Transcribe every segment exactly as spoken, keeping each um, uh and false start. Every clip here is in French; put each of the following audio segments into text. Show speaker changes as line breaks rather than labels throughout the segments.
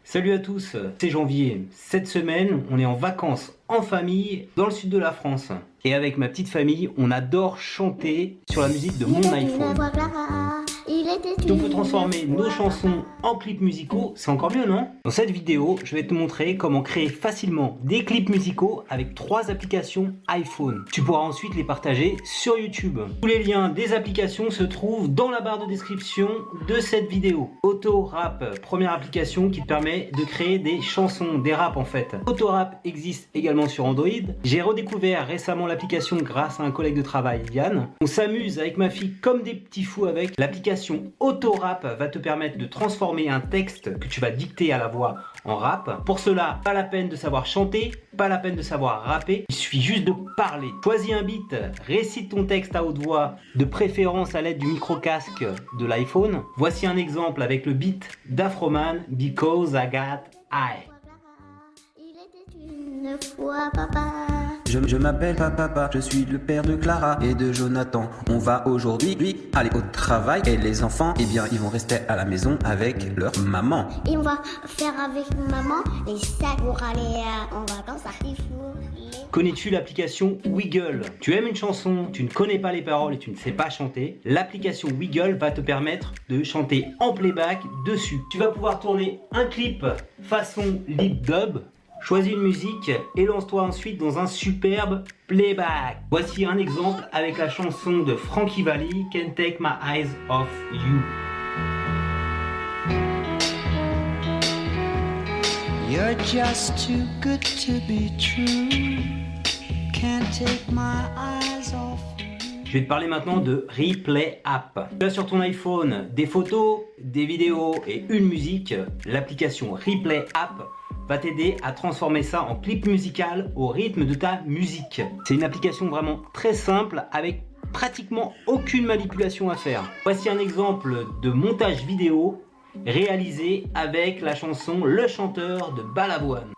Salut à tous, c'est Janvier. Cette semaine, on est en vacances en famille dans le sud de la France. Et avec ma petite famille, on adore chanter sur la musique de mon iPhone. Si on peut transformer nos chansons en clips musicaux, c'est encore mieux, non? Dans cette vidéo, je vais te montrer comment créer facilement des clips musicaux avec trois applications iPhone. Tu pourras ensuite les partager sur YouTube. Tous les liens des applications se trouvent dans la barre de description de cette vidéo. Autorap, première application qui te permet de créer des chansons, des raps en fait. Autorap existe également sur Android. J'ai redécouvert récemment l'application grâce à un collègue de travail, Yann. On s'amuse avec ma fille comme des petits fous avec. L'application Autorap va te permettre de transformer un texte que tu vas dicter à la voix en rap. Pour cela, pas la peine de savoir chanter, pas la peine de savoir rapper, il suffit juste de parler. Choisis un beat, récite ton texte à haute voix, de préférence à l'aide du micro-casque de l'iPhone. Voici un exemple avec le beat d'Afroman, Because I Got I.
Il était une fois papa.
Je, je m'appelle Papa, je suis le père de Clara et de Jonathan. On va aujourd'hui, lui, aller au travail et les enfants, eh bien, ils vont rester à la maison avec leur maman.
Et on va faire avec maman les sacs pour aller euh, en vacances à Carrefour.
Connais-tu l'application Wiggle? Tu aimes une chanson, tu ne connais pas les paroles et tu ne sais pas chanter. L'application Wiggle va te permettre de chanter en playback dessus. Tu vas pouvoir tourner un clip façon lip dub. Choisis une musique et lance-toi ensuite dans un superbe playback. Voici un exemple avec la chanson de Frankie Valli, Can't Take My Eyes Off You.
You're just too good to be true. Can't take my eyes off you.
Je vais te parler maintenant de Replay App. Tu as sur ton iPhone des photos, des vidéos et une musique. L'application Replay App va t'aider à transformer ça en clip musical au rythme de ta musique. C'est une application vraiment très simple avec pratiquement aucune manipulation à faire. Voici un exemple de montage vidéo réalisé avec la chanson Le Chanteur de Balavoine.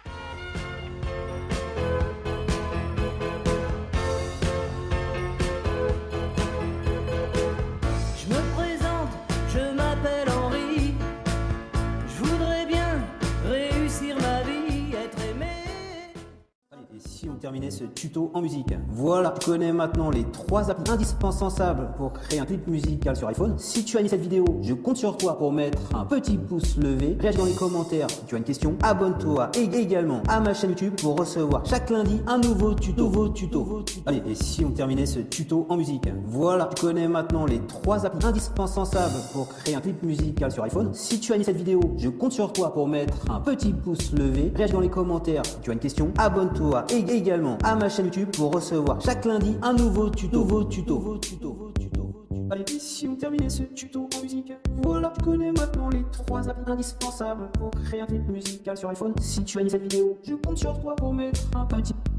Je me présente, je m'appelle Henri. Je voudrais bien réussir ma vie, être aimé.
Et si on terminait ce tuto en musique? Voilà, tu connais maintenant les trois applis indispensables pour créer un clip musical sur iPhone. Si tu as aimé cette vidéo, je compte sur toi pour mettre un petit pouce levé. Réagis dans les commentaires si tu as une question. Abonne-toi et également à ma chaîne YouTube pour recevoir chaque lundi un nouveau tuto. Nouveau tuto. Nouveau tuto. Allez, et si on terminait ce tuto en musique? Voilà, tu connais maintenant les trois applis indispensables pour créer un clip musical sur iPhone. Si tu as aimé cette vidéo, je compte sur toi pour mettre un petit pouce levé. Réagis dans les commentaires si tu as une question. Abonne-toi et également à ma chaîne YouTube pour recevoir chaque lundi un nouveau tuto. Nouveau tuto. Nouveau tuto. Nouveau tuto. Nouveau tuto. Allez, et si on terminait ce tuto en musique? Voilà, tu connais maintenant les trois applis indispensables pour créer un clip musical sur iPhone. Si tu as aimé cette vidéo, je compte sur toi pour mettre un petit